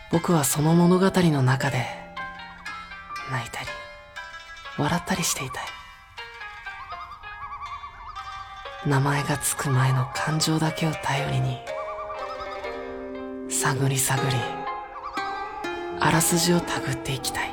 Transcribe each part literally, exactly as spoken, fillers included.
僕はその物語の中で泣いたり笑ったりしていたい。名前がつく前の感情だけを頼りに探り探りあらすじをたぐっていきたい。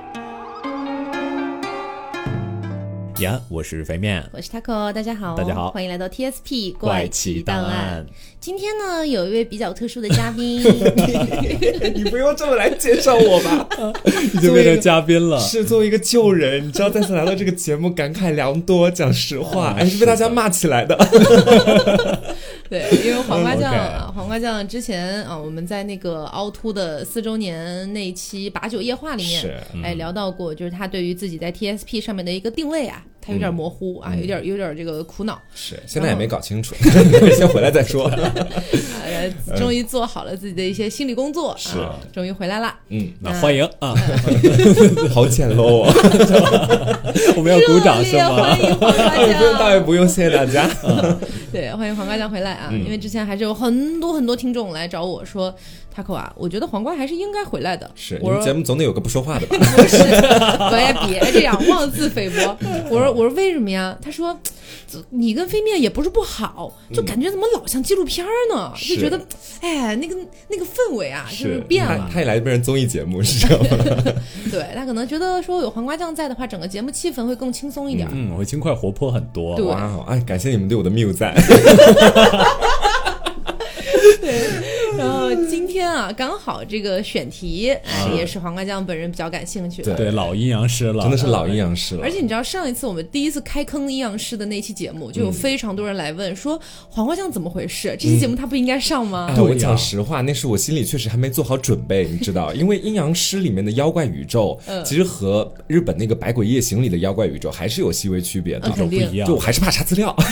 呀，我是肥面， 我是 Taco， 大家好， 大家好， 欢迎来到 T S P 怪奇档案。 今天呢，有一位比较特殊的嘉宾， 你不用这么来介绍我吧？ 已经变成嘉宾了。 是作为一个旧人，你知道，再次来到这个节目，感慨良多。讲实话，还、嗯、是被大家骂起来的。 对，因为黄瓜酱啊， okay. 黄瓜酱之前啊，我们在那个凹凸的四周年那期把酒夜话里面，嗯、哎聊到过，就是他对于自己在 T S P 上面的一个定位啊。他有点模糊、嗯、啊，有点有点这个苦恼， 是现在也没搞清楚，先回来再说。 呃，终于做好了自己的一些心理工作，是、啊，终于回来了。 嗯，那欢迎啊， 好简陋啊， 我们要鼓掌是吗？ 欢迎黄瓜酱， 倒也不用，谢谢大家。 嗯、对，欢迎黄瓜酱回来啊、嗯，因为之前还是有很多很多听众来找我说。Taco 啊，我觉得黄瓜还是应该回来的。 是，你们节目总得有个不说话的吧？ 不是，别别这样妄自菲薄。我说我说为什么呀？他说，你跟飞面也不是不好，就感觉怎么老像纪录片呢？嗯、就觉得，哎，那个那个氛围啊，就是变了。 他, 他也来变成综艺节目是这样吗？ 对，他可能觉得说有黄瓜酱在的话，整个节目气氛会更轻松一点。 嗯，会轻快活泼很多。 对， 哇，哎，感谢你们对我的谬赞。 对。然后今天啊，刚好这个选题，哎，也是黄瓜酱本人比较感兴趣的。 对，老阴阳师了， 真的是老阴阳师了。 而且你知道，上一次我们第一次开坑阴阳师的那期节目，就有非常多人来问说，黄瓜酱怎么回事？这期节目他不应该上吗？ 嗯哎、我讲实话，那是我心里确实还没做好准备，你知道，因为阴阳师里面的妖怪宇宙，嗯、其实和日本那个百鬼夜行里的妖怪宇宙还是有细微区别的， 嗯、 不一样。 就我还是怕查资料。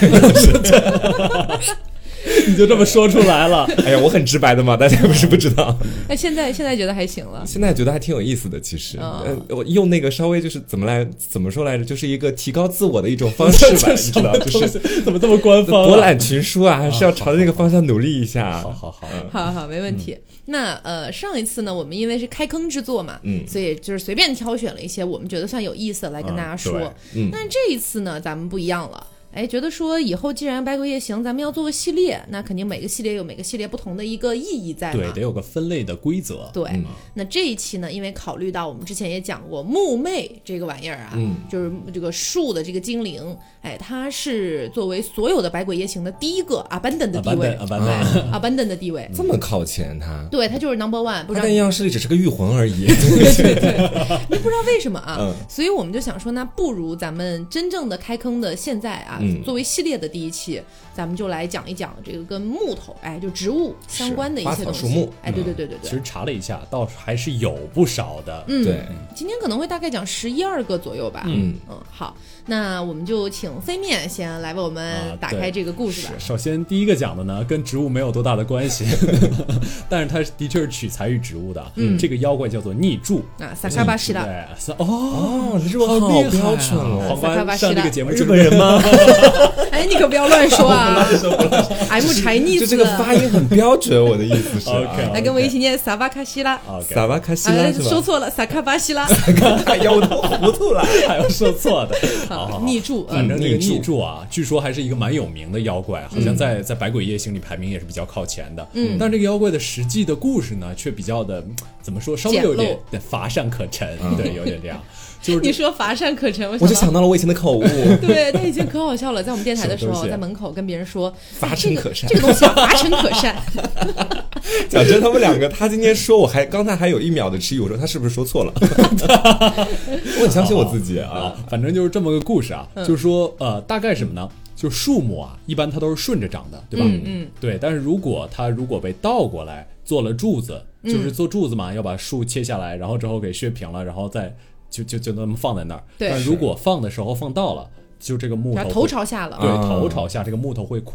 你就这么说出来了。 哎呀，我很直白的嘛，大家不是不知道。 那现在现在觉得还行了， 现在觉得还挺有意思的，其实、哦呃、我用那个稍微就是怎么来怎么说来着，就是一个提高自我的一种方式吧，你知道，就是怎么这么官方、啊？ 博览群书啊，还是要朝着那个方向努力一下。 好好好， 嗯、好好没问题。嗯、那呃，上一次呢，我们因为是开坑制作嘛， 嗯， 所以就是随便挑选了一些我们觉得算有意思的来跟大家说。 嗯， 但这一次呢，咱们不一样了。哎，觉得说以后既然百鬼夜行咱们要做个系列，那肯定每个系列有每个系列不同的一个意义在嘛。 对，得有个分类的规则。 对、 嗯， 那这一期呢，因为考虑到我们之前也讲过木魅这个玩意儿啊、 嗯， 就是这个树的这个精灵，哎，它是作为所有的百鬼夜行的第一个 abandon 的地位 ，abandon abandon 的地位， 这么靠前它？ 对，它就是 number one。不知道它在阴阳师里只是个御魂而已。 对对对，你不知道为什么啊、 嗯？ 所以我们就想说，那不如咱们真正的开坑的现在啊， 嗯、 作为系列的第一期，咱们就来讲一讲这个跟木头，哎，就植物相关的一些东西。 花草树木， 哎，对对对对对。 其实查了一下，倒还是有不少的。 嗯， 对。 今天可能会大概讲十一二个左右吧。 嗯嗯，好，那我们就请飞面先来为我们打开这个故事吧。 啊、首先第一个讲的呢，跟植物没有多大的关系，但是它的确是取材于植物的。 嗯， 这个妖怪叫做逆柱啊，萨卡巴西拉。 对， 哦哦，日文好标准哦。 黄瓜上这个节目日本人吗？ 哎，你可不要乱说啊 ！I'm Chinese， 就这个发音很标准，我的意思是。 OK， 来跟我一起念萨巴卡西拉。 萨巴卡西拉是吧？ 说错了，萨卡巴西拉。 哎呀，我都糊涂了， 还要说错的。 好，好逆柱， 反正这个逆柱啊，据说还是一个蛮有名的妖怪，好像在在百鬼夜行里排名也是比较靠前的。 嗯， 但这个妖怪的实际的故事呢，却比较的怎么说，稍微有点乏善可陈，对，有点这样。就是你说乏善可陈，我我就想到了我以前的口误。 对，他以前可好笑了，在我们电台的时候，在门口跟别人说乏善可善， 这个东西乏善可善。 讲真，他们两个，他今天说，我还刚才还有一秒的迟疑，我说他是不是说错了？我很相信我自己啊。 反正就是这么个故事啊， 嗯、 就是说呃，大概什么呢？就是树木啊，一般它都是顺着长的，对吧？ 嗯嗯。 对，但是如果它如果被倒过来做了柱子，就是做柱子嘛，嗯、要把树切下来，然后之后给削平了，然后再。就就就那么放在那儿，但如果放的时候放倒了，就这个木头头朝下了， 对，头朝下，这个木头会枯。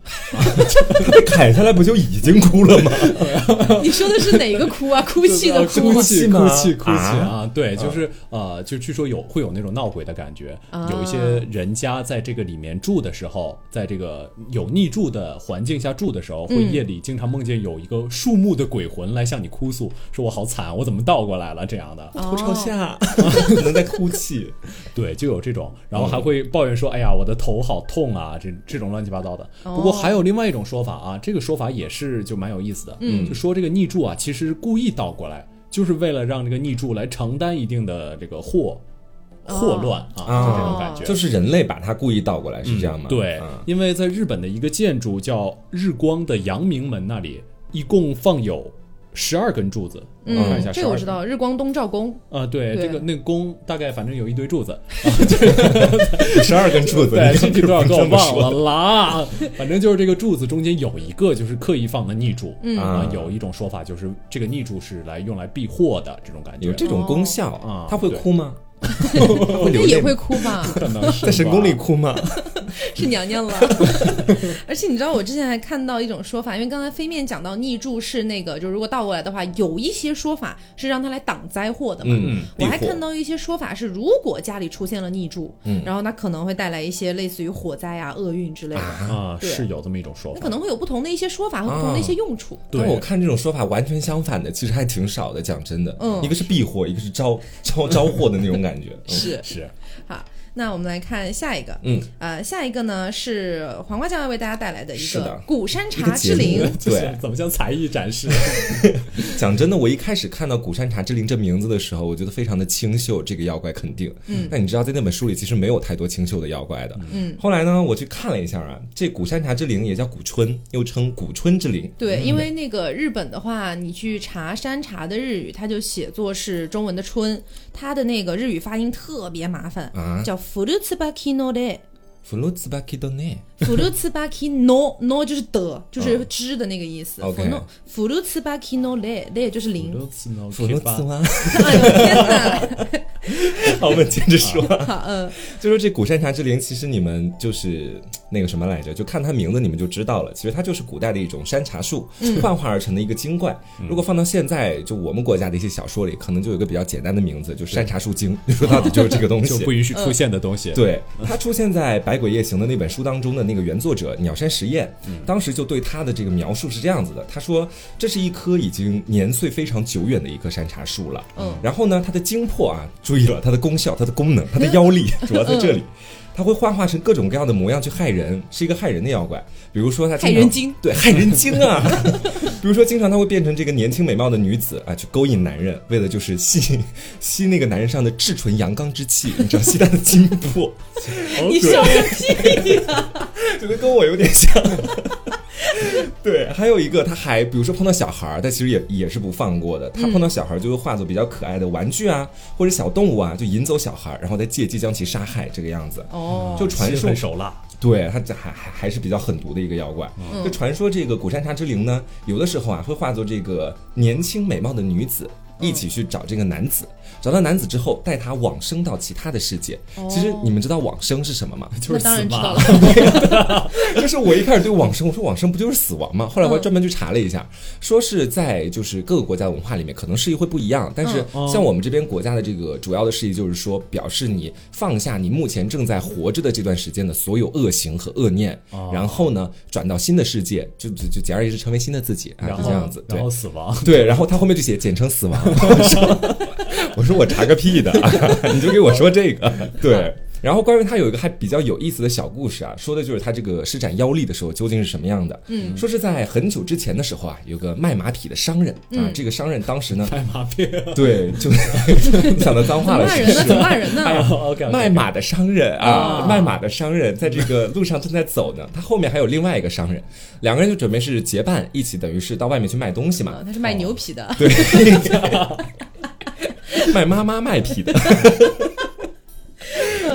他被砍下来不就已经哭了吗？ 你说的是哪个哭啊？哭泣的哭吗？ 哭泣吗哭泣哭泣啊啊！对，就是呃，就据说有会有那种闹鬼的感觉， 啊有一些人家在这个里面住的时候，在这个有逆住的环境下住的时候，会夜里经常梦见有一个树木的鬼魂来向你哭诉，说我好惨，我怎么倒过来了这样的。 哦头朝下，可能在哭泣。 对，就有这种，然后还会抱怨说，哎呀，我的头好痛啊，这这种乱七八糟的。 哦不过还有另外一种说法啊，这个说法也是就蛮有意思的，嗯，就说这个逆柱啊，其实故意倒过来，就是为了让这个逆柱来承担一定的这个祸。祸乱啊， 啊就这种感觉， 就是人类把它故意倒过来，是这样吗？ 嗯对， 啊因为在日本的一个建筑叫日光的阳明门那里，一共放有十二根柱子。 嗯看一下， 这个我知道，日光东照宫。 啊，对， 对这个那个宫大概反正有一堆柱子， 十二根柱子， 对， 你具体多少个我这么忘说了啦。反正就是这个柱子中间有一个就是刻意放的逆柱， 嗯啊啊， 有一种说法就是这个逆柱是来用来避祸的这种感觉， 有这种功效哦他会哭吗？ 应该也会哭吧？ 可能是在神宫里吧哭吗？ 是娘娘了。而且你知道，我之前还看到一种说法，因为刚才飞面讲到逆柱是那个，就如果倒过来的话，有一些说法是让它来挡灾祸的嘛。 嗯我还避祸看到一些说法是，如果家里出现了逆柱， 嗯然后它可能会带来一些类似于火灾啊、厄运之类的。 啊， 对是有这么一种说法， 那可能会有不同的一些说法和不同的一些用处。 对但我看这种说法完全相反的，其实还挺少的。讲真的， 嗯一个是避祸，一个是招招招祸的那种感觉。嗯是是好，那我们来看下一个， 嗯， 呃，下一个呢是黄瓜酱要为大家带来的一个是的古山一个节茶之灵目。对， 怎么像才艺展示？ 讲真的，我一开始看到古山茶之灵这名字的时候，我觉得非常的清秀，这个妖怪肯定。嗯，但你知道，在那本书里其实没有太多清秀的妖怪的。 嗯， 后来呢，我去看了一下啊，这古山茶之灵也叫古春，又称古春之灵。 对，因为那个日本的话，你去查山茶的日语，它就写作是中文的春，它的那个日语发音特别麻烦， 啊叫 furutsubaki no de。 弗鲁茨巴基多内， 弗鲁茨巴基 no no 就是的，就是知的那个意思。 哦 OK 弗鲁茨巴基 no le le 就是零。 弗鲁茨吗？ 哎呦天哪！ 好，我们接着说。 好，嗯， 就说这古山茶之灵，其实你们就是那个什么来着，就看它名字你们就知道了。其实它就是古代的一种山茶树幻化而成的一个精怪。如果放到现在，就我们国家的一些小说里，可能就有一个比较简单的名字，就是山茶树精。说到底就是这个东西， 就不允许出现的东西。 对，它出现在《百鬼夜行》的那本书当中的那个原作者鸟山实验，当时就对它的这个描述是这样子的：他说，这是一棵已经年岁非常久远的一棵山茶树了。 嗯， 然后呢，它的精魄啊，注意了，它的功效、它的功能、它的妖力，主要在这里。它会幻化成各种各样的模样去害人，是一个害人的妖怪。比如说它经常害人精， 对，害人精啊！比如说，经常它会变成这个年轻美貌的女子啊，去勾引男人，为了就是吸吸那个男人上的至纯阳刚之气，你知道，吸他的精魄。 你笑个屁呀！ 觉得跟我有点像。对，还有一个，他还比如说碰到小孩，他其实也也是不放过的。他碰到小孩就会化作比较可爱的玩具啊，或者小动物啊，就引走小孩，然后再借机将其杀害，这个样子。 哦， 就传说很手辣。 对，他这还还还是比较狠毒的一个妖怪。就传说这个古山茶之灵呢，有的时候啊会化作这个年轻美貌的女子。一起去找这个男子，找到男子之后，带他往生到其他的世界。 哦其实你们知道往生是什么吗？ 就是那当然死嘛知道了。 就是我一开始对往生，我说往生不就是死亡吗？后来我还专门去查了一下，说是在就是各个国家的文化里面，可能释义会不一样。但是像我们这边国家的这个主要的释义，就是说表示你放下你目前正在活着的这段时间的所有恶行和恶念，然后呢转到新的世界，就就就简而言之成为新的自己啊， 然后是这样子。对然后死亡。 对，然后他后面就写简称死亡。我说我说我查个屁的，你就给我说这个。对。然后关于他有一个还比较有意思的小故事啊，说的就是他这个施展妖力的时候究竟是什么样的。嗯，说是在很久之前的时候啊，有个卖马匹的商人啊，这个商人当时呢卖马匹， 对，就你想到脏话了， 骂人呢？怎么骂人呢？ 哎呦 OK， 卖马的商人啊，卖马的商人在这个路上正在走呢，他后面还有另外一个商人，两个人就准备是结伴一起，等于是到外面去卖东西嘛。 他是卖牛皮的。 对，卖妈妈卖皮的。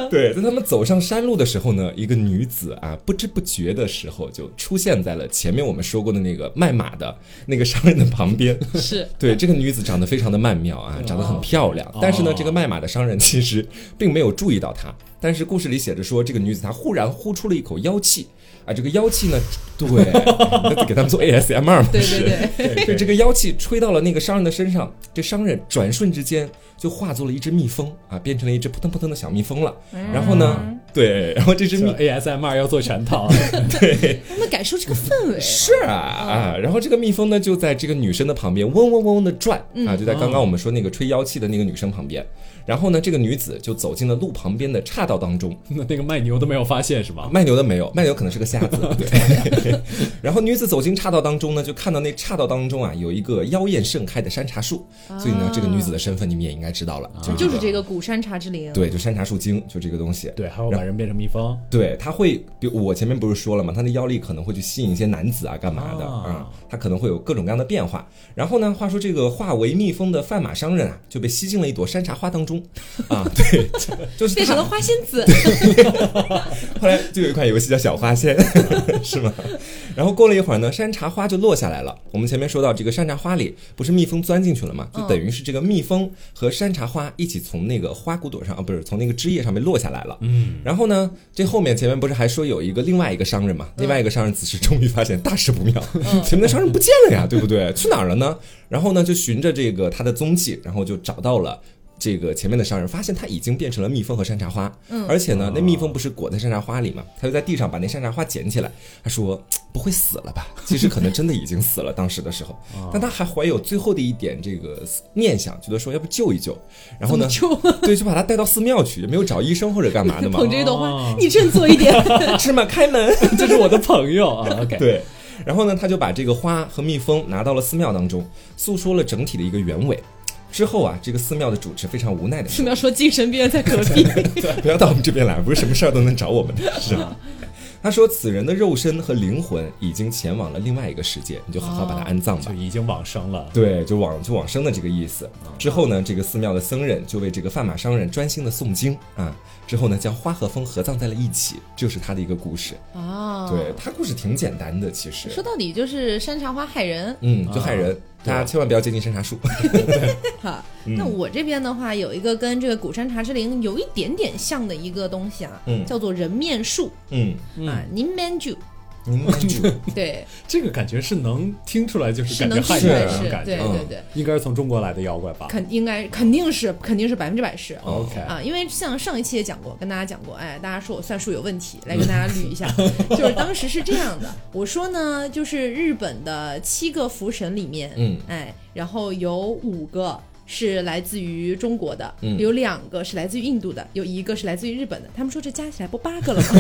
对，在他们走上山路的时候呢，一个女子啊，不知不觉的时候就出现在了前面我们说过的那个卖马的那个商人的旁边。 是， 对，这个女子长得非常的曼妙啊，长得很漂亮， 哦、 但是呢，这个卖马的商人其实并没有注意到她。但是故事里写着说，这个女子她忽然呼出了一口妖气。啊，这个妖气呢，对，给他们做 A S M R 嘛， 对对对，对，这个妖气吹到了那个商人的身上，这商人转瞬之间就化作了一只蜜蜂啊，变成了一只扑腾扑腾的小蜜蜂了。嗯、然后呢，对，然后这只蜜 A S M R 要做全套， 对， 他们感受这个氛围。 是啊、嗯、啊，然后这个蜜蜂呢就在这个女生的旁边嗡嗡嗡嗡的转、嗯、啊，就在刚刚我们说那个吹妖气的那个女生旁边。然后呢，这个女子就走进了路旁边的岔道当中。 那那个卖牛的没有发现是吗？ 卖牛的没有，卖牛可能是个瞎子。对。然后女子走进岔道当中呢，就看到那岔道当中啊有一个妖艳盛开的山茶树，啊、所以呢，这个女子的身份你们也应该知道了， 啊、就就是这个古山茶之灵。 对，就山茶树精，就这个东西。 对，还会把人变成蜜蜂。 对，它会，比我前面不是说了吗？它的妖力可能会去吸引一些男子啊，干嘛的啊、嗯？它可能会有各种各样的变化。然后呢，话说这个化为蜜蜂的贩马商人啊，就被吸进了一朵山茶花当中啊。对，就是变成了花仙子。 后来就有一款游戏叫小花仙，是吗？然后过了一会儿呢，山茶花就落下来了。我们前面说到这个山茶花里不是蜜蜂钻进去了吗？就等于是这个蜜蜂和山茶花一起从那个花骨朵上啊，不是从那个枝叶上面落下来了。嗯。然后呢，这后面前面不是还说有一个另外一个商人嘛？另外一个商人此时终于发现大事不妙，嗯、前面的商人不见了呀，对不对？去哪儿了呢？然后呢，就循着这个他的踪迹，然后就找到了。这个前面的商人发现他已经变成了蜜蜂和山茶花，嗯，而且呢，那蜜蜂不是裹在山茶花里嘛，他就在地上把那山茶花捡起来，他说不会死了吧？其实可能真的已经死了，当时的时候，但他还怀有最后的一点这个念想，觉得说要不救一救，然后呢，对，就把他带到寺庙去，也没有找医生或者干嘛的嘛， 捧着一朵花，你振作一点， 芝麻开门， 这是我的朋友啊 ，OK， 对。然后呢，他就把这个花和蜜蜂拿到了寺庙当中，诉说了整体的一个原委。之后啊，这个寺庙的主持非常无奈的， 寺庙说精神病院在隔壁， 不要到我们这边来，不是什么事儿都能找我们的，是吗？他说此人的肉身和灵魂已经前往了另外一个世界，你就好好把他安葬吧， 就已经往生了。 对，就往就往生的这个意思。之后呢，这个寺庙的僧人就为这个贩马商人专心的诵经啊。之后呢，将花和蜂合葬在了一起，就是他的一个故事。哦，对，他故事挺简单的，其实说到底就是山茶花害人， 嗯，就害人。大家千万不要接近山茶树。 好，那我这边的话有一个跟这个古山茶之灵有一点点像的一个东西啊，嗯、叫做人面树，嗯啊，宁面柱。 您对， 这个感觉是能听出来，就是感觉害人的感觉，对对对， 应该是从中国来的妖怪吧？ 肯应该肯定是肯定是百分之百是 OK 啊，因为像上一期也讲过，跟大家讲过，哎，大家说我算术有问题，来跟大家捋一下，就是当时是这样的，我说呢，就是日本的七个福神里面，嗯，哎，然后有五个。是来自于中国的，嗯、有两个是来自于印度的，有一个是来自于日本的。他们说这加起来不八个了吗？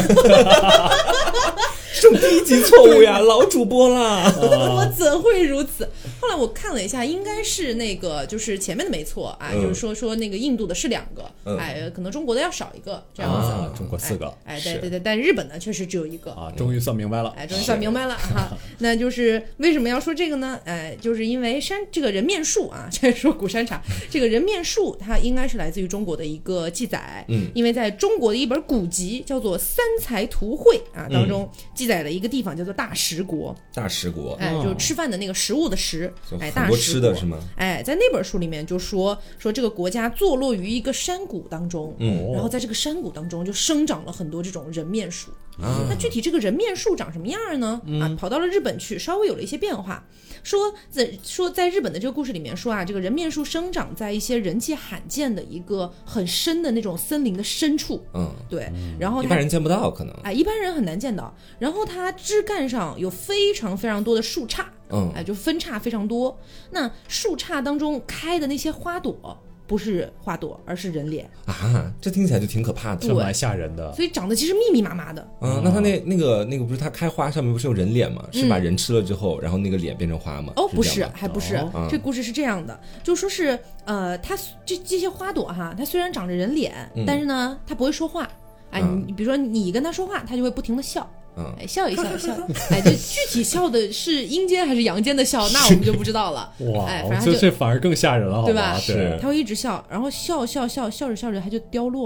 这种低级错误呀，老主播啦！ 我怎会如此？后来我看了一下，应该是那个就是前面的没错啊，嗯、就是说说那个印度的是两个，嗯、哎，可能中国的要少一个这样子。 啊、中国四个， 哎，哎对对对，但日本呢确实只有一个啊，终于算明白了， 哎，终于算明白了哈。那就是为什么要说这个呢？哎，就是因为山这个人面树啊，这说古山茶。这个人面树它应该是来自于中国的一个记载，嗯，因为在中国的一本古籍叫做《三才图会》啊当中记载了一个地方叫做大食国， 大食国， 哎，就是吃饭的那个食物的食，哎，大食国吃的是吗？ 哎，在那本书里面就说说这个国家坐落于一个山谷当中，嗯，然后在这个山谷当中就生长了很多这种人面树。啊、那具体这个人面树长什么样呢？嗯、啊，跑到了日本去，稍微有了一些变化。说在说在日本的这个故事里面说啊，这个人面树生长在一些人迹罕见的一个很深的那种森林的深处。嗯，对，然后一般人见不到，可能哎，一般人很难见到。然后它枝干上有非常非常多的树杈，嗯，哎，就分叉非常多。那树杈当中开的那些花朵。不是花朵，而是人脸啊！这听起来就挺可怕的， 这蛮吓人的。 所以长得其实密密麻麻的。 嗯，那它那那个那个不是它开花上面不是有人脸吗？嗯、是把人吃了之后，然后那个脸变成花吗？ 哦，不是，还不是。 哦、 这故事是这样的，就说是呃，它这这些花朵哈，它虽然长着人脸，嗯、但是呢，它不会说话。哎， 嗯、 你比如说你跟它说话，它就会不停的笑。嗯，哎，笑一笑，笑，哎，这具体笑的是阴间还是阳间的笑，那我们就不知道了。 哇， 哎，反正这这反而更吓人了， 对吧？ 是， 他会一直笑，然后笑笑笑笑着笑着，他就凋落了。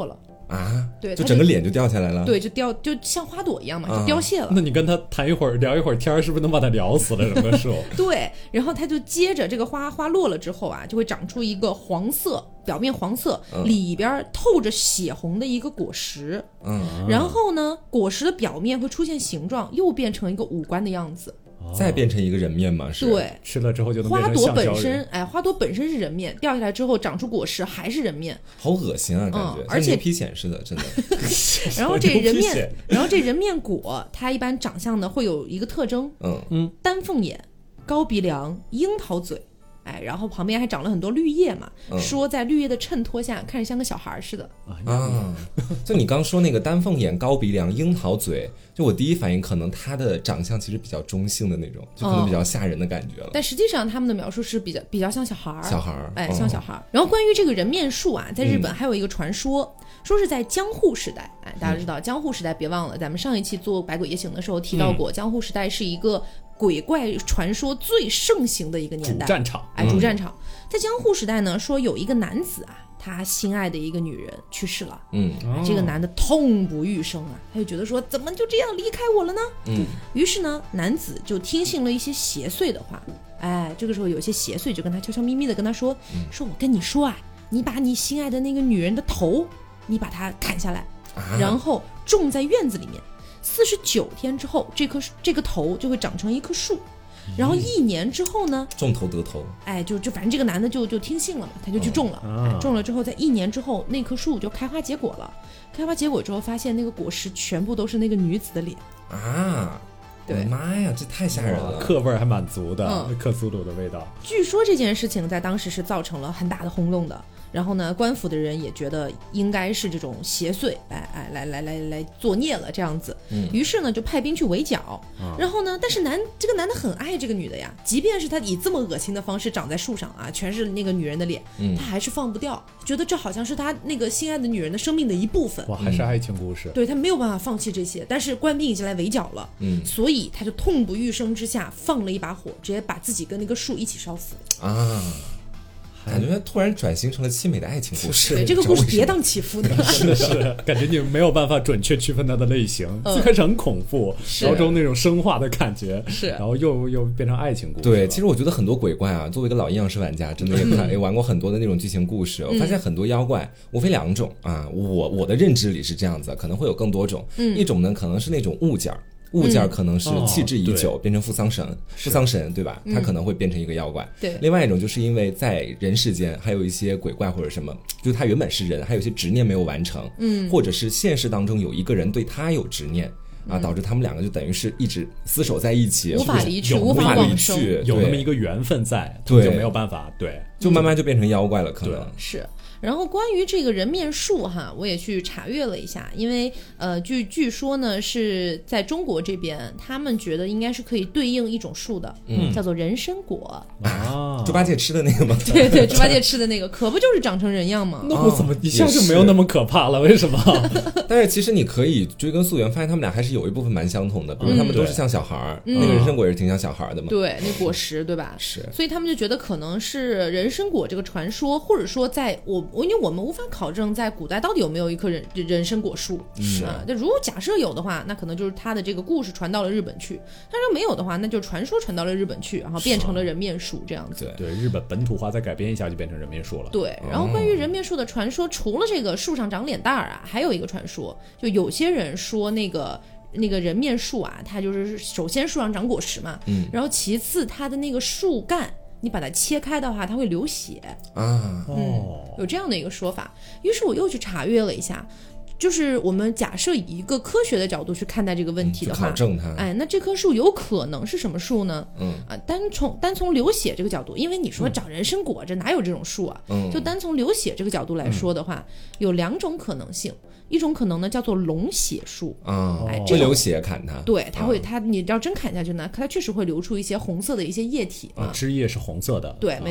啊， 对， 就整个脸就掉下来了， 对，就掉就像花朵一样嘛，就凋谢了。 那你跟他谈一会儿聊一会儿天，是不是能把他聊死了？整个树对，然后他就接着这个花花落了之后啊，就会长出一个黄色，表面黄色， 嗯、 里边透着血红的一个果实。 嗯， 然后呢，果实的表面会出现形状，又变成一个五官的样子。 再变成一个人面嘛？是。 对， 吃了之后就能变成花朵本橡胶人身，哎，花朵本身是人面，掉下来之后长出果实还是人面， 好恶心啊，感觉， 嗯、而且牛皮癣似的，真的。 然后这人面，然后这人面果，它一般长相呢会有一个特征， 嗯嗯，丹凤眼、高鼻梁、樱桃嘴。哎，然后旁边还长了很多绿叶嘛，嗯、说在绿叶的衬托下，看着像个小孩似的啊。就你刚说那个丹凤眼、高鼻梁、樱桃嘴，就我第一反应可能他的长相其实比较中性的那种，就可能比较吓人的感觉了。 哦、但实际上他们的描述是比较比较像小孩， 小孩， 哎，像小孩。哦、然后关于这个人面树啊，在日本还有一个传说，嗯、说是在江户时代，哎，大家知道、嗯、江户时代，别忘了咱们上一期做百鬼夜行的时候提到过，嗯、江户时代是一个鬼怪传说最盛行的一个年代， 主战场， 哎，主战场。嗯、在江户时代呢，说有一个男子啊，他心爱的一个女人去世了， 嗯， 这个男的痛不欲生啊，他就觉得说怎么就这样离开我了呢？ 嗯， 于是呢，男子就听信了一些邪祟的话，哎，这个时候有一些邪祟就跟他悄悄咪咪的跟他说，嗯、说我跟你说啊，你把你心爱的那个女人的头，你把它砍下来，啊、然后种在院子里面。四十九天之后，这棵这个头就会长成一棵树，然后一年之后呢， 种头得头， 哎，就就反正这个男的就就听信了嘛，他就去种了， 哦、 哎，种了之后，在一年之后，那棵树就开花结果了。开花结果之后，发现那个果实全部都是那个女子的脸啊！我的妈呀，这太吓人了， 克味儿还蛮足的， 嗯、 克苏鲁的味道。 据说这件事情在当时是造成了很大的轰动的。然后呢，官府的人也觉得应该是这种邪祟，哎哎，来来来来作孽了这样子。 嗯， 于是呢就派兵去围剿。嗯、然后呢，但是男这个男的很爱这个女的呀，即便是他以这么恶心的方式长在树上啊，全是那个女人的脸， 嗯、 他还是放不掉，觉得这好像是他那个心爱的女人的生命的一部分。 哇，还是爱情故事。 嗯、对他没有办法放弃这些，但是官兵已经来围剿了， 嗯， 所以他就痛不欲生之下放了一把火，直接把自己跟那个树一起烧死啊。感觉突然转型成了凄美的爱情故事， 对，这个故事跌宕起伏的， 是的是，感觉你没有办法准确区分它的类型。嗯、最开始很恐怖，然后中那种生化的感觉， 是， 然后又又变成爱情故事。 对，其实我觉得很多鬼怪啊，作为一个老阴阳师玩家，真的也看也玩过很多的那种剧情故事。我发现很多妖怪无非两种啊，我我的认知里是这样子，可能会有更多种。 嗯、 一种呢，可能是那种物件。物件可能是弃之已久， 嗯哦、 变成扶桑神，扶桑神对吧？它可能会变成一个妖怪。 对。 另外一种就是因为在人世间还有一些鬼怪或者什么，就是他原本是人，还有一些执念没有完成， 嗯， 或者是现实当中有一个人对他有执念。啊，导致他们两个就等于是一直厮守在一起， 无法离去， 无法离去， 有那么一个缘分在，他们就没有办法，对， 就慢慢就变成妖怪了，可能是。然后关于这个人面树哈，我也去查阅了一下，因为呃，据据说呢是在中国这边，他们觉得应该是可以对应一种树的， 嗯， 叫做人参果啊，猪八戒吃的那个吗？ 对对，猪八戒吃的那个，可不就是长成人样吗？ 那我怎么一下就没有那么可怕了？为什么？ 但是其实你可以追根溯源，发现他们俩还是有一部分蛮相同的，比如他们都是像小孩儿， 嗯、 那个人参果也是挺像小孩的嘛。 对，那果实对吧？ 是， 所以他们就觉得可能是人参果这个传说，或者说在我我因为我们无法考证在古代到底有没有一棵人人参果树， 是啊。就如果假设有的话，那可能就是他的这个故事传到了日本去；但是没有的话，那就传说传到了日本去，然后变成了人面树这样子。 对对，日本本土化再改编一下，就变成人面树了。 对，然后关于人面树的传说，除了这个树上长脸蛋儿啊，还有一个传说，就有些人说那个。那个人面树啊，它就是首先树上长果实嘛， 嗯， 然后其次它的那个树干，你把它切开的话，它会流血啊， 嗯，有这样的一个说法。于是我又去查阅了一下，就是我们假设以一个科学的角度去看待这个问题的话， 嗯、考证它， 哎，那这棵树有可能是什么树呢？ 嗯啊，单从单从流血这个角度，因为你说长人参果，嗯、这哪有这种树啊？ 嗯， 就单从流血这个角度来说的话，嗯、有两种可能性。一种可能呢叫做龙血树啊， 哎， 会流血砍它， 对，它会，它你要真砍下去呢，它确实会流出一些红色的一些液体啊，汁液是红色的， 对，没错。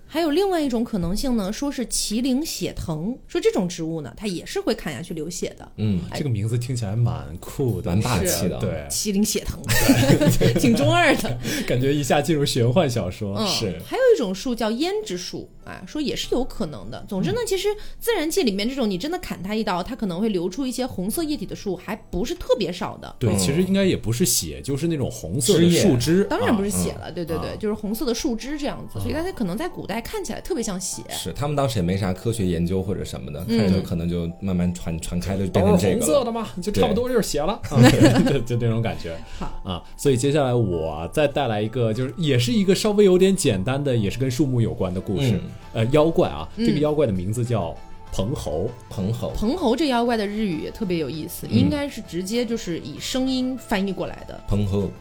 还有另外一种可能性呢，说是麒麟血藤，说这种植物呢，它也是会砍下去流血的。 嗯， 这个名字听起来蛮酷的， 蛮霸气的。 对， 麒麟血藤，挺中二的， 感觉一下进入玄幻小说。 嗯， 是。 还有一种树叫胭脂树啊，说也是有可能的。总之呢，其实自然界里面这种你真的砍它一刀，它可能会流出一些红色液体的树，还不是特别少的。 对，其实应该也不是血，就是那种红色的树枝。 当然不是血了，对对对， 啊， 就是红色的树枝这样子，所以它可能在古代看起来特别像血。 是，他们当时也没啥科学研究或者什么的，看着就可能就慢慢传传开，就变成这个了。 都是红色的嘛，就差不多就是血了，就就这种感觉。 好啊，所以接下来我再带来一个，就是也是一个稍微有点简单的，也是跟树木有关的故事。呃，妖怪啊，这个妖怪的名字叫彭猴。 彭猴， 彭猴这妖怪的日语也特别有意思，应该是直接就是以声音翻译过来的。 彭猴，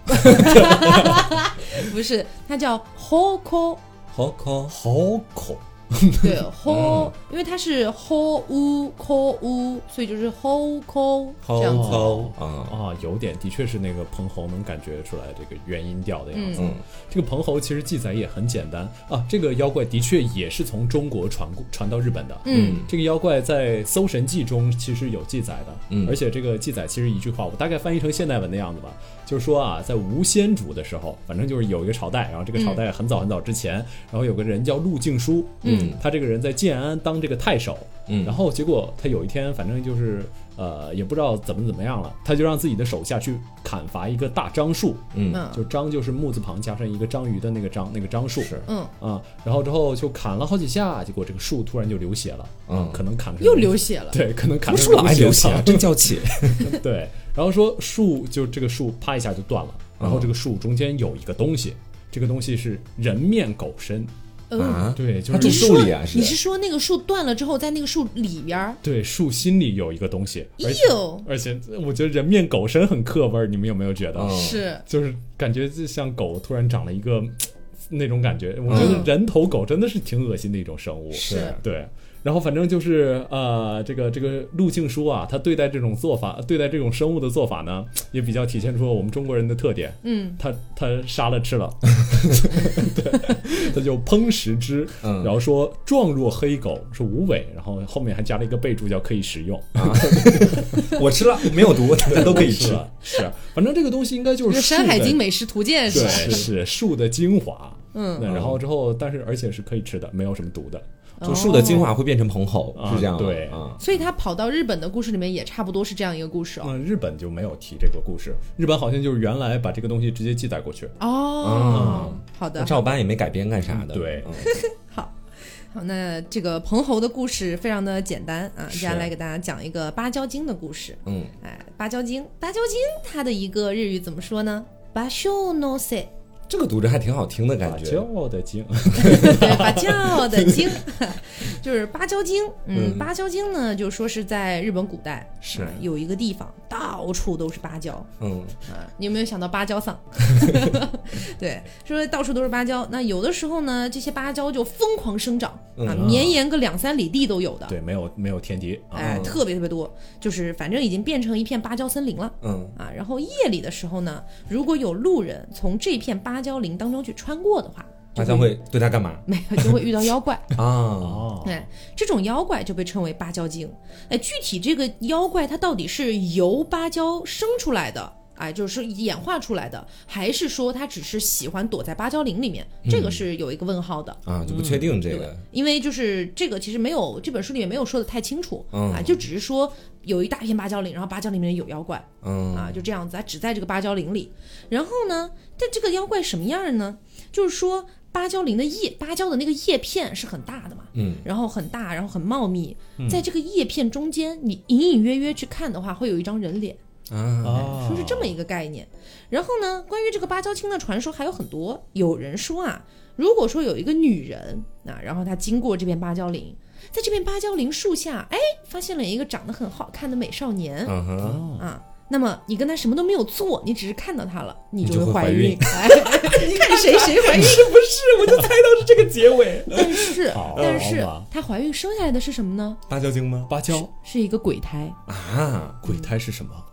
不是，它叫 Hoko。 好口好口， 对 ho， 因为它是 ho u ko u， 所以就是 ho ko 这样子。 啊啊，有点的确是那个彭猴能感觉出来这个元音调的样子。 嗯， 这个彭猴其实记载也很简单啊，这个妖怪的确也是从中国传过传到日本的。 嗯， 这个妖怪在《搜神记》中其实有记载的。 嗯， 而且这个记载其实一句话，我大概翻译成现代文的样子吧。就是说啊，在吴先主的时候，反正就是有一个朝代，然后这个朝代很早很早之前，嗯、然后有个人叫陆敬书，嗯，他这个人在建安当这个太守，嗯，然后结果他有一天，反正就是呃，也不知道怎么怎么样了，他就让自己的手下去砍伐一个大樟树，嗯，就樟就是木字旁加上一个章鱼的那个章，那个樟树， 是， 嗯啊，然后之后就砍了好几下，结果这个树突然就流血了，嗯，可能砍又流血了， 对，可能砍树老爱流血，真娇气， 对。然后说树就这个树啪一下就断了，然后这个树中间有一个东西，这个东西是人面狗身啊， 对，就是它住树里啊， 你是说那个树断了之后，在那个树里边？ 对，树心里有一个东西，而且呦而且我觉得人面狗身很刻味儿，你们有没有觉得？ 是， 就是感觉就像狗突然长了一个那种感觉，我觉得人头狗真的是挺恶心的一种生物， 是对。然后反正就是呃，这个这个陆敬书啊，他对待这种做法，对待这种生物的做法呢，也比较体现出我们中国人的特点。嗯，他他杀了吃了，对，他就烹食之，嗯、然后说状若黑狗，是无尾，然后后面还加了一个备注叫可以食用。啊、 我吃了，没有毒，大家都可以吃。 是，反正这个东西应该就是《 山海经》美食图鉴是吧？ 对，是树的精华。嗯，然后之后，但是而且是可以吃的，没有什么毒的。 就树的精华会变成彭猴， 哦、 是这样。 对啊， 所以他跑到日本的故事里面也差不多是这样一个故事哦。 嗯，日本就没有提这个故事，日本好像就是原来把这个东西直接记载过去。 哦，嗯、好的， 照搬也没改编干啥的。 嗯、对， 嗯、 好。好，那这个彭猴的故事非常的简单啊，接下来给大家讲一个芭蕉精的故事。嗯，哎，芭蕉精，芭蕉精它的一个日语怎么说呢？芭蕉のせ。 这个读着还挺好听的感觉。 芭蕉的精， 对，芭蕉的精，就是芭蕉精。嗯，芭蕉精呢，就说是在日本古代是、 啊、有一个地方到处都是芭蕉。嗯啊，你有没有想到芭蕉桑？对，说到处都是芭蕉。那有的时候呢，这些芭蕉就疯狂生长啊， 嗯、 绵延个两三里地都有的。 对，没有没有天敌， 哎，特别特别多，就是反正已经变成一片芭蕉森林了。嗯啊，然后夜里的时候呢，如果有路人从这片芭蕉林当中去穿过的话， 芭蕉会对他干嘛？ 没有，就会遇到妖怪啊。 哎，这种妖怪就被称为芭蕉精。哎，具体这个妖怪它到底是由芭蕉生出来的？哎，就是演化出来的，还是说他只是喜欢躲在芭蕉林里面？嗯、这个是有一个问号的啊，就不确定这个、 嗯，因为就是这个其实没有这本书里面没有说的太清楚、嗯、啊，就只是说有一大片芭蕉林，然后芭蕉里面有妖怪，嗯啊，就这样子，它只在这个芭蕉林里。然后呢，但这个妖怪什么样呢？就是说芭蕉林的叶，芭蕉的那个叶片是很大的嘛，嗯，然后很大，然后很茂密，嗯、在这个叶片中间，你隐隐约约去看的话，会有一张人脸。啊，说是这么一个概念。然后呢，关于这个芭蕉精的传说还有很多。有人说啊，如果说有一个女人啊，然后她经过这片芭蕉林，在这片芭蕉林树下，哎，发现了一个长得很好看的美少年，uh-huh. 啊，那么你跟他什么都没有做，你只是看到他了，你就会怀孕。哎，看谁谁怀孕是不是？我就猜到是这个结尾。 但是，但是她怀孕生下来的是什么呢？ 芭蕉精吗？ 芭蕉是, 是一个鬼胎啊！ 鬼胎是什么？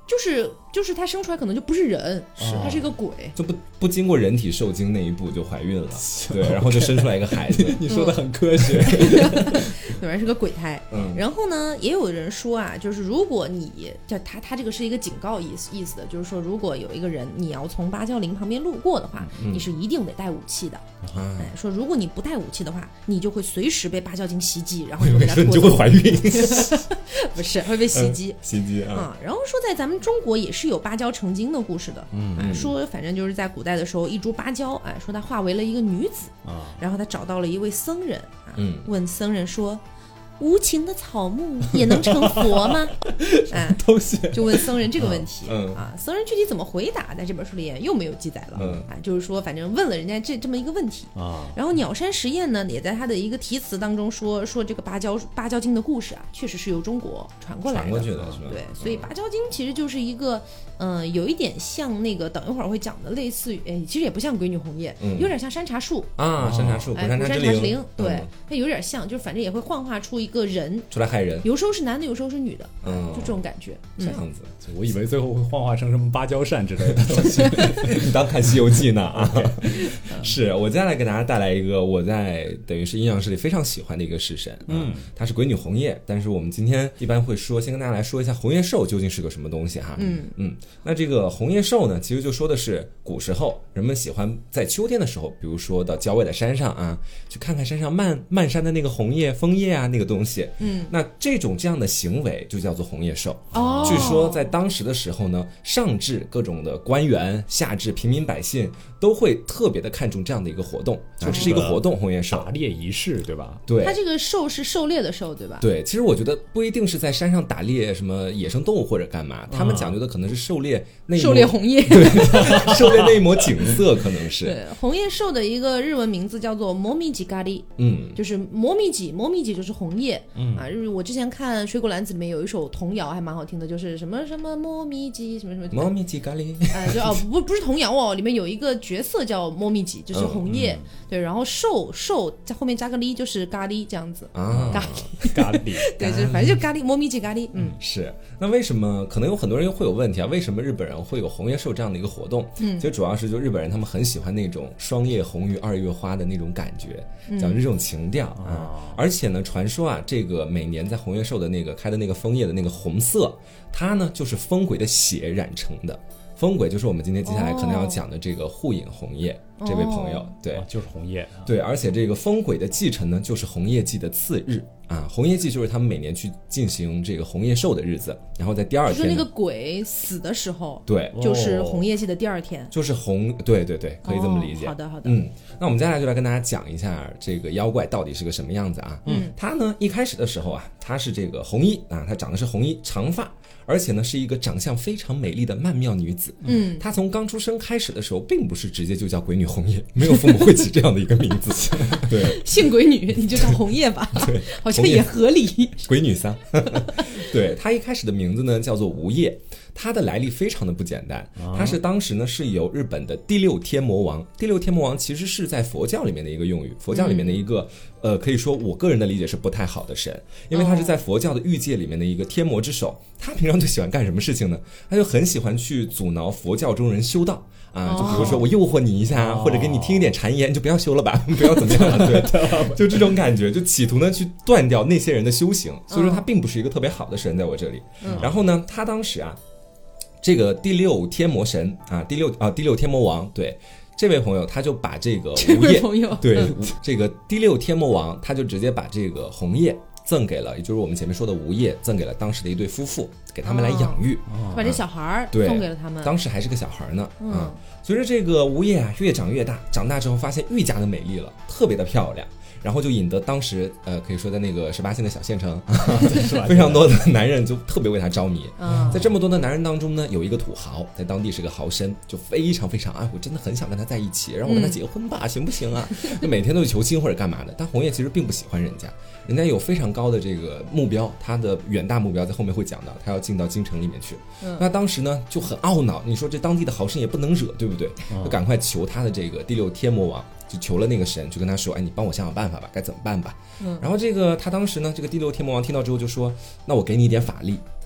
就是就是他生出来可能就不是人，是他是一个鬼， 就不不经过人体受精那一步就怀孕了，对，然后就生出来一个孩子。 你说的很科学， 对，然是个鬼胎。 嗯， 然后呢，也有人说啊，就是如果你就他他这个是一个警告意思意思的，就是说如果有一个人你要从芭蕉林旁边路过的话，嗯、你是一定得带武器的。嗯、哎，说如果你不带武器的话，你就会随时被芭蕉精袭击，然后就被它拖走。 你就会怀孕， 不是会被袭击， 嗯、袭击啊、 嗯。然后说在咱们中国也是有芭蕉成精的故事的，嗯、哎，说反正就是在古代的时候，一株芭蕉，哎，说它化为了一个女子，啊、然后他找到了一位僧人，啊、嗯，问僧人说。无情的草木也能成佛吗？哎， 东西就问僧人这个问题、 嗯、 啊，僧人具体怎么回答，在这本书里又没有记载了。嗯，啊，就是说，反正问了人家这这么一个问题啊。然后鸟山实验呢，也在他的一个题词当中说说这个芭蕉芭蕉精的故事啊，确实是由中国传过来的， 传过去的是吧？ 对，所以芭蕉精其实就是一个，嗯、呃，有一点像那个，等一会儿会讲的，类似于，哎，其实也不像鬼女红叶，嗯、有点像山茶树啊，山茶树， 哎，山茶之灵，对，它、嗯、有点像，就是反正也会幻化出一个人出来害人， 有时候是男的，有时候是女的，嗯，就这种感觉， 这样子。 嗯、我以为最后会幻化成什么芭蕉扇之类的东西， 你当看《西游记》呢啊？是我接下来给大家带来一个我在等于是阴阳师里非常喜欢的一个式神，嗯，它是鬼女红叶，但是我们今天一般会说，先跟大家来说一下红叶兽究竟是个什么东西哈，嗯嗯，那这个红叶兽呢，其实就说的是古时候人们喜欢在秋天的时候，比如说到郊外的山上啊，去看看山上漫漫山的那个红叶枫叶啊那个东西，嗯，那这种这样的行为就叫做红叶兽。哦，据说在当时的时候呢，上至各种的官员，下至平民百姓，都会特别的看重这样的一个活动，就、啊、这是一个活动，红叶兽打猎仪式，对吧？ 对， 它这个兽是狩猎的兽，对吧？ 对，其实我觉得不一定是在山上打猎什么野生动物或者干嘛，他们讲究的可能是狩猎那一狩猎红叶， 对，狩猎那一抹景色可能是。 对，红叶兽的一个日文名字叫做摩米吉咖喱，嗯，就是摩米吉，摩米吉就是红叶，嗯啊，我之前看《水果篮子》里面有一首童谣还蛮好听的，就是什么什么摩米吉什么什么摩米吉咖喱， 哎，就哦不不是童谣哦，里面有一个角色叫摩米吉，就是红叶，嗯嗯、对，然后兽兽在后面加个喱就是咖喱这样子啊， 咖喱咖喱， 对，就反正就咖喱摩米吉咖喱，嗯， 是。那为什么可能有很多人会有问题啊？为什么日本人会有红叶兽这样的一个活动？嗯，其实主要是就日本人他们很喜欢那种霜叶红于二月花的那种感觉，讲究这种情调啊、嗯。而且呢，传说啊，这个每年在红叶兽的那个开的那个枫叶的那个红色，它呢就是风鬼的血染成的。风鬼就是我们今天接下来可能要讲的这个护影红叶、哦、这位朋友，对、 哦，就是红叶， 对，而且这个风鬼的祭辰呢，就是红叶祭的次日啊。红叶祭就是他们每年去进行这个红叶寿的日子，然后在第二天， 就是那个鬼死的时候， 对， 就是红叶祭的第二天， 就是红，对对对，可以这么理解。 哦、好的好的， 嗯，那我们接下来就来跟大家讲一下这个妖怪到底是个什么样子啊。嗯，他呢一开始的时候啊，他是这个红衣啊，他长的是红衣长发。而且呢，是一个长相非常美丽的曼妙女子。嗯，她从刚出生开始的时候，并不是直接就叫鬼女红叶，没有父母会起这样的一个名字。对， 姓鬼女，你就叫红叶吧。 对， 好像也合理。 鬼女桑。对，她一开始的名字呢叫做无叶。他的来历非常的不简单，他是当时呢是由日本的第六天魔王，第六天魔王其实是在佛教里面的一个用语，佛教里面的一个、嗯、呃可以说我个人的理解是不太好的神，因为他是在佛教的欲界里面的一个天魔之首，他平常最喜欢干什么事情呢？他就很喜欢去阻挠佛教中人修道啊，就比如说我诱惑你一下、哦、或者给你听一点谗言，就不要修了吧，不要怎么样了，对，就这种感觉，就企图呢去断掉那些人的修行，所以说他并不是一个特别好的神在我这里、嗯、然后呢他当时啊这个第六天魔神啊，第六啊第六天魔王，对这位朋友，他就把这个这位朋友对、嗯、这个第六天魔王，他就直接把这个红叶赠给了，也就是我们前面说的无叶，赠给了当时的一对夫妇，给他们来养育， 哦、把这小孩送给了他们。 当时还是个小孩呢，嗯，啊、随着这个无叶啊越长越大，长大之后发现愈加的美丽了，特别的漂亮。然后就引得当时呃可以说在那个十八线的小县城非常多的男人就特别为他着迷、嗯、在这么多的男人当中呢，有一个土豪在当地是个豪绅，就非常非常哎我真的很想跟他在一起，让我跟他结婚吧、嗯、行不行啊，就每天都去求亲或者干嘛的。但红叶其实并不喜欢人家，人家有非常高的这个目标，他的远大目标在后面会讲到，他要进到京城里面去、嗯、那当时呢就很懊恼，你说这当地的豪绅也不能惹，对不对、嗯、就赶快求他的这个第六天魔王，就求了那个神，就跟他说，哎，你帮我想想办法吧，该怎么办吧。嗯，然后这个他当时呢，这个第六天魔王听到之后就说，那我给你一点法力，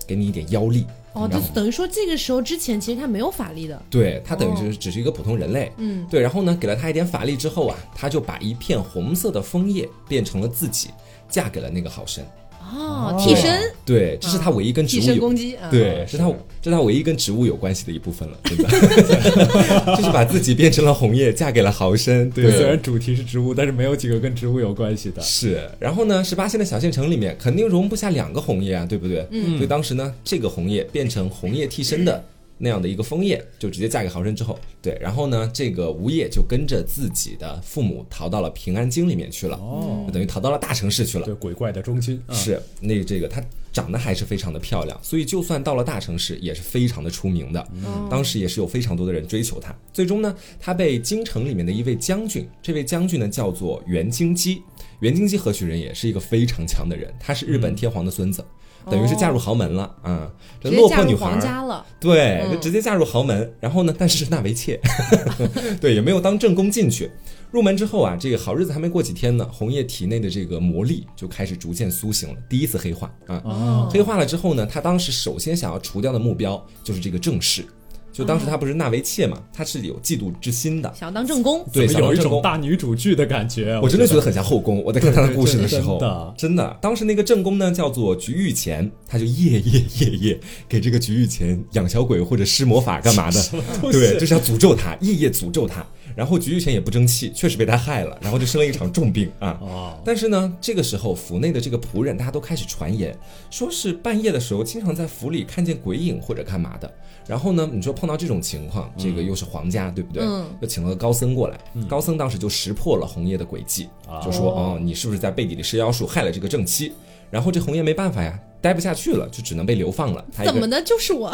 给你一点妖力。 哦，就等于说这个时候之前其实他没有法力的， 对，他等于就是只是一个普通人类，嗯，对，然后呢，给了他一点法力之后啊，他就把一片红色的枫叶变成了自己，嫁给了那个好神。 哦，替身， 对，这是他唯一跟植物有、 替身攻击，啊、 对，是他这是他唯一跟植物有关系的一部分了，对吧？就是把自己变成了红叶，嫁给了豪绅。对， 虽然主题是植物，但是没有几个跟植物有关系的。 是，然后呢，十八线的小县城里面肯定容不下两个红叶啊，对不对？嗯，所以当时呢，这个红叶变成红叶替身的那样的一个枫叶，就直接嫁给豪绅之后，对，然后呢，这个吴叶就跟着自己的父母逃到了平安京里面去了，哦，就等于逃到了大城市去了。 对，鬼怪的中心、 嗯、是那这个他长得还是非常的漂亮，所以就算到了大城市也是非常的出名的。嗯、当时也是有非常多的人追求他。最终呢，他被京城里面的一位将军，这位将军呢叫做袁京基。袁京基何许人也？是一个非常强的人，他是日本天皇的孙子。嗯等于是嫁入豪门了啊、嗯！这落魄女孩， 家了对，嗯、就直接嫁入豪门。然后呢，但是纳为妾，对，也没有当正宫进去。入门之后啊，这个好日子还没过几天呢，红叶体内的这个魔力就开始逐渐苏醒了，第一次黑化啊。哦、黑化了之后呢，他当时首先想要除掉的目标就是这个正室。就当时他不是纳为妾嘛，他是有嫉妒之心的， 想要当正宫， 对， 有一种大女主剧的感觉。 我真的觉得很像后宫。我在看他的故事的时候，真的，真的，当时那个正宫呢叫做菊玉钱，他就夜夜夜夜给这个菊玉钱养小鬼或者施魔法干嘛的，对，就是要诅咒他，夜夜诅咒他。然后菊玉钱也不争气，确实被他害了，然后就生了一场重病啊。哦、但是呢，这个时候府内的这个仆人大家都开始传言，说是半夜的时候经常在府里看见鬼影或者干嘛的。然后呢，你说碰到这种情况，这个又是皇家，嗯、对不对？嗯，就请了个高僧过来，嗯、高僧当时就识破了红叶的诡计，嗯、就说哦，你是不是在背地里施妖术害了这个正妻？然后这红叶没办法呀，待不下去了，就只能被流放了。 怎么的，就是我。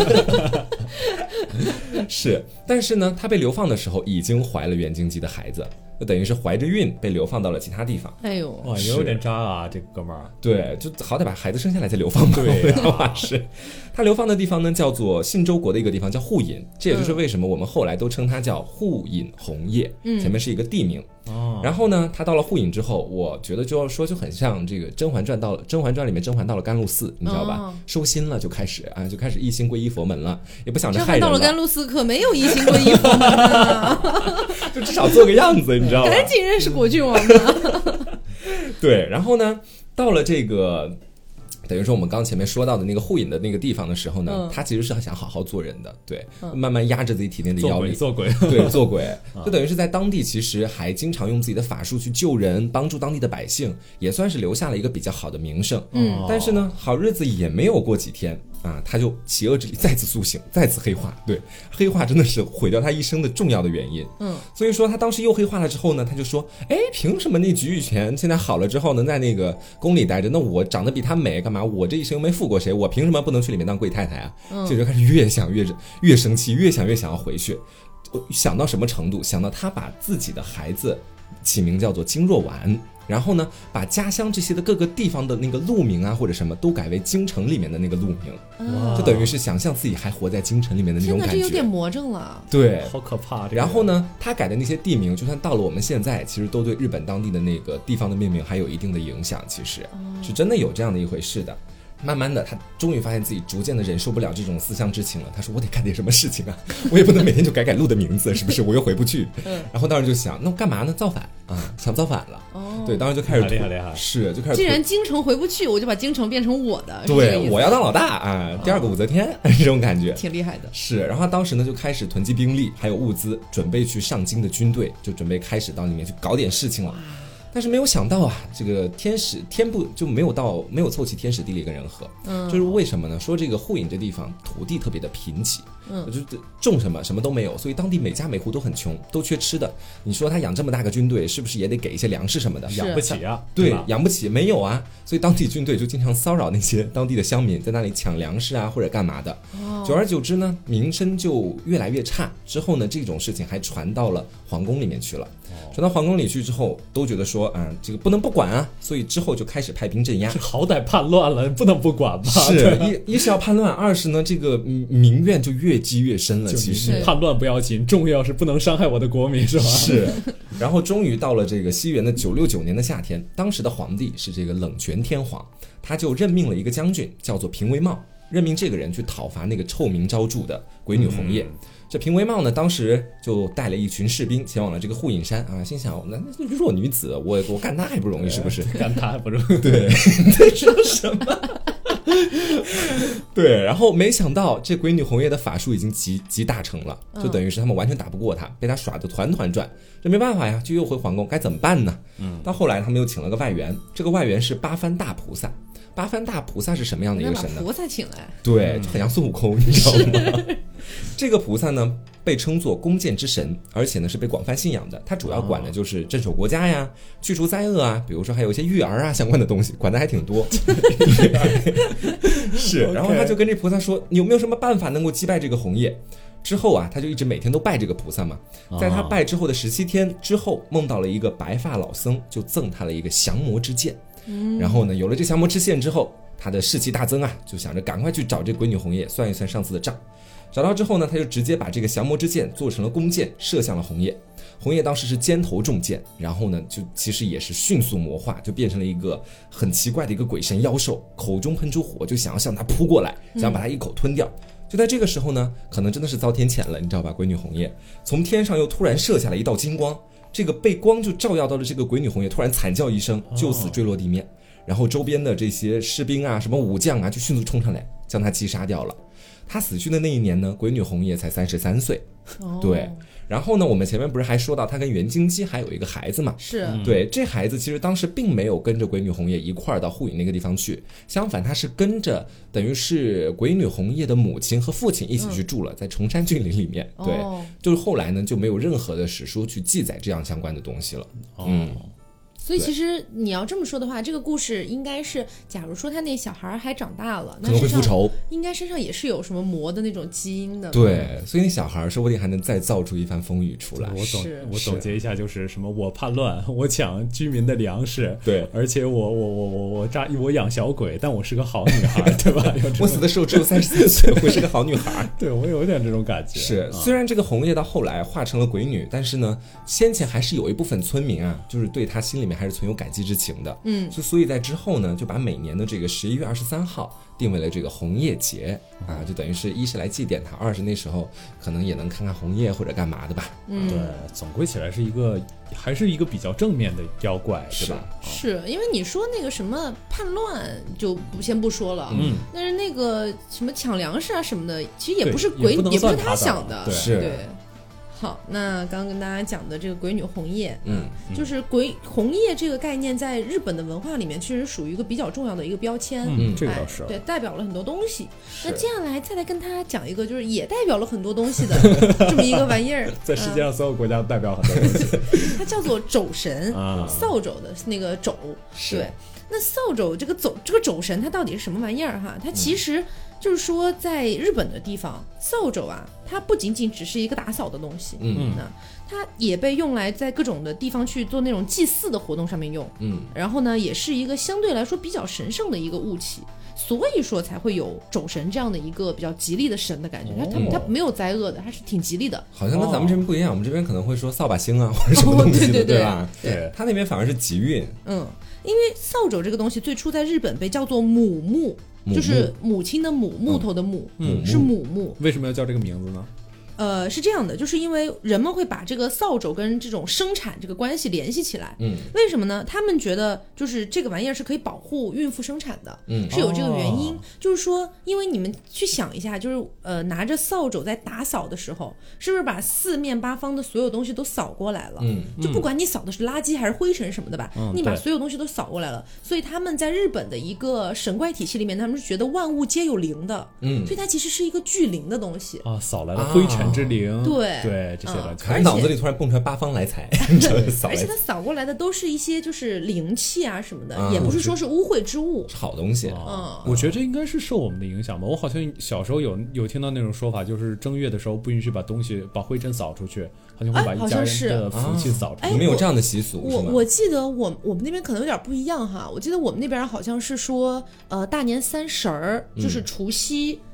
是，但是呢，她被流放的时候已经怀了袁京基的孩子，就等于是怀着孕被流放到了其他地方。 哎呦， 哇，也有点渣啊，这个哥们儿。 对，就好歹把孩子生下来再流放吧。 对、 啊，是。他流放的地方呢，叫做信州国的一个地方叫户隐，这也就是为什么我们后来都称它叫户隐红叶。嗯，前面是一个地名。哦。然后呢，他到了户隐之后，我觉得就要说就很像这个《甄嬛传》到了《甄嬛传》里面甄嬛到了甘露寺，你知道吧？哦、收心了就开始啊，就开始一心皈依佛门了，也不想着害人了。 到了甘露寺可没有一心皈依佛门啊， 就至少做个样子，你知道吗？ 赶紧认识果郡王吧。 对，然后呢，到了这个。等于说我们刚前面说到的那个户隐的那个地方的时候呢，嗯、他其实是想好好做人的，对，嗯、慢慢压制自己体内的妖力， 做鬼， 做鬼对，做鬼，就等于是在当地其实还经常用自己的法术去救人，帮助当地的百姓，也算是留下了一个比较好的名声。嗯，但是呢，好日子也没有过几天啊，他就邪恶之力再次苏醒，再次黑化，对，黑化真的是毁掉他一生的重要的原因。嗯，所以说他当时又黑化了之后呢，他就说，哎，凭什么那菊玉钱现在好了之后能在那个宫里待着？那我长得比他美，干嘛？我这一生又没负过谁，我凭什么不能去里面当贵太太啊？嗯、所以就开始越想越越生气，越想越想要回去。想到什么程度？想到他把自己的孩子起名叫做金若丸，然后呢，把家乡这些的各个地方的那个路名啊或者什么都改为京城里面的那个路名，嗯、就等于是想象自己还活在京城里面的那种感觉。 天哪，这有点魔怔了。 对， 好可怕。这个、 然后呢，他改的那些地名，就算到了我们现在，其实都对日本当地的那个地方的命名还有一定的影响。其实、哦、是真的有这样的一回事的。慢慢的，他终于发现自己逐渐的忍受不了这种思乡之情了。他说：“我得干点什么事情啊！我也不能每天就改改路的名字，是不是？我又回不去。”嗯。然后当时就想，那我干嘛呢？造反啊！想造反了。哦。对，当时就开始厉害厉害。 是，就开始。 既然京城回不去，我就把京城变成我的。 对，我要当老大啊！第二个武则天、哦、这种感觉， 挺厉害的。 是，然后他当时呢就开始囤积兵力，还有物资，准备去上京的军队，就准备开始到里面去搞点事情了。但是没有想到啊，这个天时天不就没有到没有凑齐天时地利跟人和，嗯，就是为什么呢？说这个户隐这地方土地特别的贫瘠，嗯，就种什么什么都没有，所以当地每家每户都很穷，都缺吃的。你说他养这么大个军队，是不是也得给一些粮食什么的？ 养不起啊， 对，养不起，没有啊，所以当地军队就经常骚扰那些当地的乡民，在那里抢粮食啊或者干嘛的。哦，久而久之呢，名声就越来越差。之后呢，这种事情还传到了皇宫里面去了。传到皇宫里去之后，都觉得说，啊、嗯，这个不能不管啊，所以之后就开始派兵镇压。 这好歹叛乱了，不能不管吧？ 是，一一是要叛乱，二是呢，这个民怨就越积越深了。其实叛乱不要紧，重要是不能伤害我的国民，是吧？ 是。然后终于到了这个西元的九六九年的夏天，当时的皇帝是这个冷泉天皇，他就任命了一个将军，叫做平为茂。 任命这个人去讨伐那个臭名昭著的鬼女红叶。嗯，这平为茂呢，当时就带了一群士兵前往了这个护影山啊，心想那那弱女子，我我干她还不容易，是不是？ 干她还不容易？ 对，你在说什么？对，然后没想到这鬼女红叶的法术已经集集大成了，就等于是他们完全打不过她，被她耍得团团转。这没办法呀，就又回皇宫，该怎么办呢？嗯，到后来他们又请了个外援，这个外援是八幡大菩萨。八幡大菩萨是什么样的一个神呢？ 把菩萨请来， 对，就很像孙悟空，你知道吗？这个菩萨呢，被称作弓箭之神，而且呢是被广泛信仰的。他主要管的就是镇守国家呀、去除灾厄啊，比如说还有一些育儿啊相关的东西，管的还挺多。是，然后他就跟这菩萨说：“你有没有什么办法能够击败这个红叶？”之后啊，他就一直每天都拜这个菩萨嘛。在他拜之后的十七天之后，梦到了一个白发老僧，就赠他了一个降魔之剑。嗯，然后呢，有了这降魔之剑之后，他的士气大增啊，就想着赶快去找这鬼女红叶算一算上次的账。找到之后呢，他就直接把这个降魔之剑做成了弓箭，射向了红叶。红叶当时是肩头中箭，然后呢，就其实也是迅速魔化，就变成了一个很奇怪的一个鬼神妖兽，口中喷出火，就想要向他扑过来，想把他一口吞掉。嗯，就在这个时候呢，可能真的是遭天谴了，你知道吧？鬼女红叶从天上又突然射下来一道金光，这个被光就照耀到了这个鬼女红叶，突然惨叫一声，就此坠落地面。然后周边的这些士兵啊，什么武将啊，就迅速冲上来将他击杀掉了。他死去的那一年呢，鬼女红叶才三十三岁。哦，对。然后呢，我们前面不是还说到他跟袁京基还有一个孩子嘛？ 是。 对，这孩子其实当时并没有跟着鬼女红叶一块儿到护影那个地方去，相反他是跟着等于是鬼女红叶的母亲和父亲一起去住了，嗯，在崇山峻岭里面。对，哦，就是后来呢就没有任何的史书去记载这样相关的东西了。哦，嗯。 所以其实你要这么说的话，这个故事应该是，假如说他那小孩还长大了， 可能会复仇， 应该身上也是有什么魔的那种基因的。 对，所以那小孩说不定还能再造出一番风雨出来。 我总我总结一下，就是什么我叛乱，我抢居民的粮食， 对， 而且我我我我我扎我养小鬼，但我是个好女孩，对吧？ 我死的时候只有三十三岁，我是个好女孩。 对，我有点这种感觉。 是，虽然这个红叶到后来化成了鬼女，但是呢，先前还是有一部分村民啊，就是对她心里面还是存有感激之情的。嗯，就所以在之后呢，就把每年的这个十一月二十三号定为了这个红叶节啊，就等于是一是来祭奠它，二是那时候可能也能看看红叶或者干嘛的吧。 嗯，对，总归起来是一个还是一个比较正面的妖怪，对吧？ 是因为你说那个什么叛乱就不先不说了，嗯，但是那个什么抢粮食啊什么的，其实也不是鬼，也不是他想的， 是。 对。好，那刚刚跟大家讲的这个鬼女红叶，嗯，就是鬼红叶这个概念，在日本的文化里面，确实属于一个比较重要的一个标签， 嗯，这个倒是， 对，代表了很多东西。那接下来再来跟大家讲一个，就是也代表了很多东西的这么一个玩意儿， 在世界上所有国家都代表很多东西， 它叫做肘神，扫帚的那个肘，对。那扫帚这个走这个肘神，它到底是什么玩意儿哈？它其实就是说，在日本的地方，扫帚啊，它不仅仅只是一个打扫的东西，嗯，那它也被用来在各种的地方去做那种祭祀的活动上面用，嗯，然后呢，也是一个相对来说比较神圣的一个物体，所以说才会有肘神这样的一个比较吉利的神的感觉。它它它没有灾厄的，它是挺吉利的。 好像跟咱们这边不一样，我们这边可能会说扫把星啊或者什么东西的， 哦、对对对对吧？对，它那边反而是吉运， 嗯。因为扫帚这个东西最初在日本被叫做母木，就是母亲的母，木头的母，嗯，是母木。 为什么要叫这个名字呢？ 呃，是这样的，就是因为人们会把这个扫帚跟这种生产这个关系联系起来。嗯，为什么呢？他们觉得就是这个玩意儿是可以保护孕妇生产的，嗯，是有这个原因。哦、就是说，因为你们去想一下，就是呃，拿着扫帚在打扫的时候，是不是把四面八方的所有东西都扫过来了？嗯，就不管你扫的是垃圾还是灰尘什么的吧，嗯、你把所有东西都扫过来了。所以他们在日本的一个神怪体系里面，他们是觉得万物皆有灵的，嗯，所以它其实是一个聚灵的东西啊，扫来了灰尘。之灵， 对对，这些的， 可能脑子里突然蹦出来八方来财， 而且他扫过来的都是一些就是灵气啊什么的，嗯、也不是说是污秽之物， 好东西。 嗯，我觉得这应该是受我们的影响吧。我好像小时候有有听到那种说法，就是正月的时候不允许把东西把灰尘扫出去，好像会把一家人的福气扫出去。 你们有这样的习俗？ 我我记得我我们那边可能有点不一样哈。我记得我们那边好像是说，呃，大年三十儿就是除夕。嗯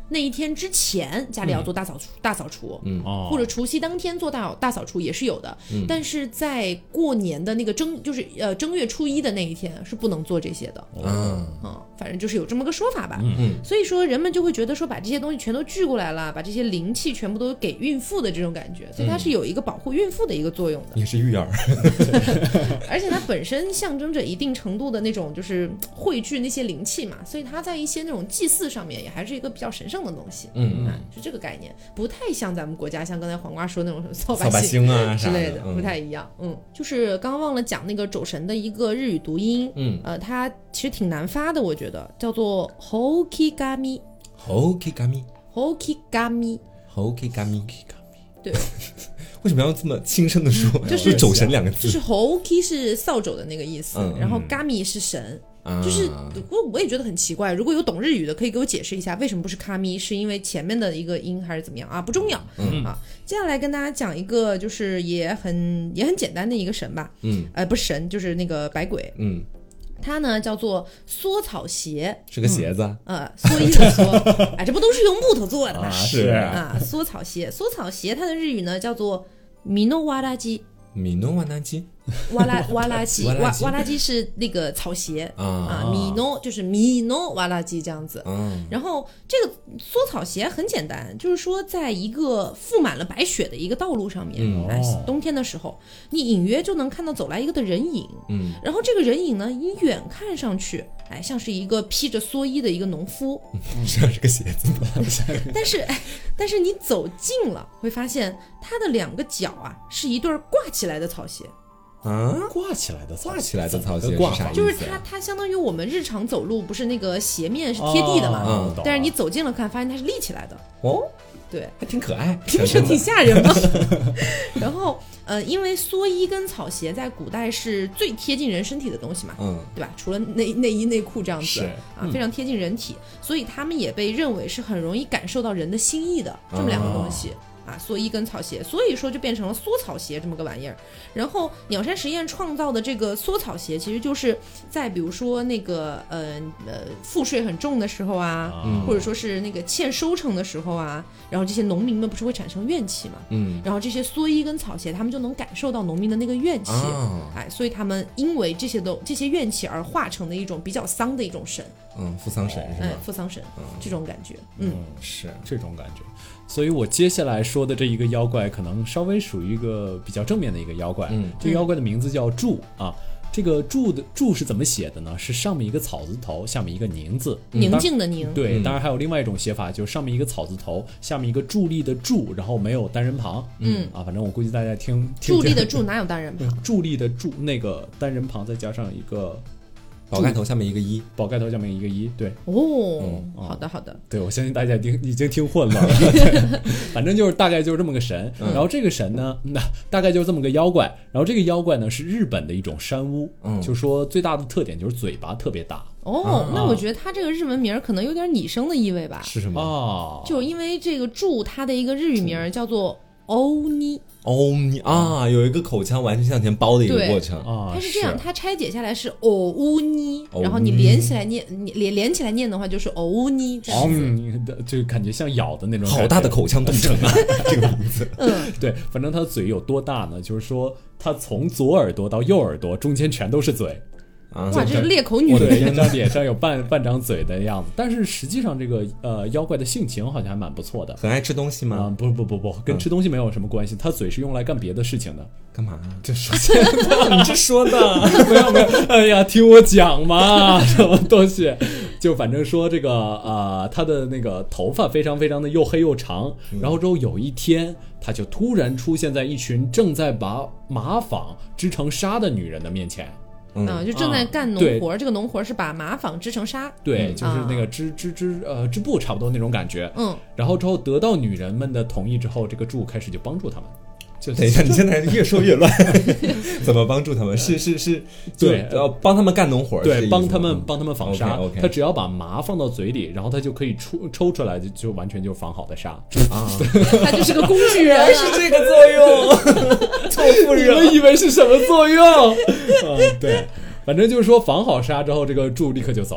那一天之前家里要做大扫除、嗯、大扫除， 嗯哦， 或者除夕当天做大大扫除也是有的，嗯、但是在过年的那个正就是呃正月初一的那一天是不能做这些的， 嗯嗯，反正就是有这么个说法吧， 嗯嗯， 所以说人们就会觉得说把这些东西全都聚过来了，把这些灵气全部都给孕妇的这种感觉，所以它是有一个保护孕妇的一个作用的， 也是育儿， 而且它本身象征着一定程度的那种就是汇聚那些灵气嘛，所以它在一些那种祭祀上面也还是一个比较神圣的东西， 嗯啊，是这个概念，不太像咱们国家像刚才黄瓜说那种什么扫把星啊之类的， 嗯、 不太一样。嗯，就是刚刚忘了讲那个肘神的一个日语读音， 嗯， 呃，它其实挺难发的，我觉得叫做 Hokigami Hokigami Hokigami Hokigami， 对。 为什么要这么轻声的说？就是肘神两个字， 就是 Hoki 是扫帚的那个意思， 嗯、 然后 Gami 是神。 啊、 就是我我也觉得很奇怪，如果有懂日语的可以给我解释一下为什么不是卡咪，是因为前面的一个音还是怎么样啊？不重要、 嗯、 啊。接下来跟大家讲一个就是也很也很简单的一个神吧， 嗯， 呃不是神就是那个百鬼， 嗯， 它呢叫做缩草鞋， 是个鞋子、 嗯、呃蓑衣的蓑，哎这不都是用木头做的吗？ 啊是啊，缩草鞋，缩草鞋它的日语呢叫做米诺瓦拉基。 米诺瓦拉基， 哇拉哇拉基， 哇哇拉基是那个草鞋啊啊，米诺就是米诺哇拉基这样子。 嗯， 然后这个缩草鞋很简单，就是说在一个覆满了白雪的一个道路上面， 嗯哎哦， 冬天的时候，你隐约就能看到走来一个的人影。 嗯， 然后这个人影呢，你远看上去，哎，像是一个披着蓑衣的一个农夫， 像是个鞋子吗？ 但是哎，但是你走近了，会发现他的两个脚啊是一对挂起来的草鞋。 啊， 挂起来的草鞋， 挂起来的草鞋挂是啥意思？ 就是它，它相当于我们日常走路不是那个鞋面是贴地的嘛？ 哦、 但是你走近了看，发现它是立起来的。 哦， 对， 还挺可爱， 听着挺吓人吗？然后呃，因为蓑衣跟草鞋在古代是最贴近人身体的东西嘛， 嗯， 对吧？除了内内衣内裤这样子是啊，非常贴近人体，所以他们也被认为是很容易感受到人的心意的这么两个东西。哦啊，蓑衣跟草鞋，所以说就变成了缩草鞋这么个玩意儿。然后鸟山实验创造的这个缩草鞋，其实就是在比如说那个呃呃赋税很重的时候啊， 嗯、 或者说是那个欠收成的时候啊，然后这些农民们不是会产生怨气嘛， 嗯， 然后这些蓑衣跟草鞋，他们就能感受到农民的那个怨气， 啊、 哎，所以他们因为这些都这些怨气而化成的一种比较丧的一种神， 嗯，扶桑神是吧？ 哎，扶桑神、嗯，这种感觉，嗯， 嗯是这种感觉。所以我接下来说的这一个妖怪，可能稍微属于一个比较正面的一个妖怪。 嗯， 这个妖怪的名字叫祝啊。这个祝的祝是怎么写的呢？是上面一个草字头，下面一个宁字， 宁静的宁。 对， 嗯、 当然还有另外一种写法，就是上面一个草字头，下面一个伫立的伫，然后没有单人旁。 嗯啊，反正我估计大家听听伫立的伫哪有单人旁？ 伫立的伫那个单人旁再加上一个。 宝盖头下面一个一， 宝盖头下面一个一，对。 哦， 嗯、 好的好的。 对，我相信大家已经已经听混了，反正就是大概就是这么个神。 嗯、 然后这个神呢，那大概就是这么个妖怪。然后这个妖怪呢是日本的一种山巫， 嗯， 就说最大的特点就是嘴巴特别大。 哦，那我觉得它这个日文名可能有点拟声的意味吧？ 是什么？ 哦， 就因为这个祝它的一个日语名叫做欧尼。 欧尼啊，有一个口腔完全向前包的一个过程啊， 它是这样，它拆解下来是欧乌尼，然后你连起来念，你连连起来念的话就是欧乌尼，这样子， 就感觉像咬的那种。 好大的口腔动程啊，这个名字。 嗯， 对，反正它的嘴有多大呢？就是说，它从左耳朵到右耳朵中间全都是嘴。 啊、哇，这是裂口女对，一张脸上有半半张嘴的样子，但是实际上这个呃妖怪的性情好像还蛮不错的， 很爱吃东西吗？ 啊、呃，不不不不，跟吃东西没有什么关系，他、嗯、嘴是用来干别的事情的。 干嘛？ 这说的， 你这说的， 没有没有，哎呀，听我讲嘛，什么东西？就反正说这个呃，他的那个头发非常非常的又黑又长，嗯、然后之后有一天，他就突然出现在一群正在把马纺织成纱的女人的面前。 嗯、啊，就正在干农活、啊，这个农活是把马纺织成纱， 对，就是那个织织织呃织布差不多那种感觉。 嗯， 然后之后得到女人们的同意之后，这个祝开始就帮助他们。就等一下，你现在越说越乱，怎么帮助他们？是是是， 对， 要帮他们干农活， 对，帮他们帮他们纺纱。 okay, okay. 他只要把麻放到嘴里，然后他就可以出抽出来，就就完全就是纺好的纱啊。 他就是个工具人、啊， 是这个作用。臭妇人， 你们以为是什么作用？嗯，对。反正就是说纺好纱之后，这个祝立刻就走了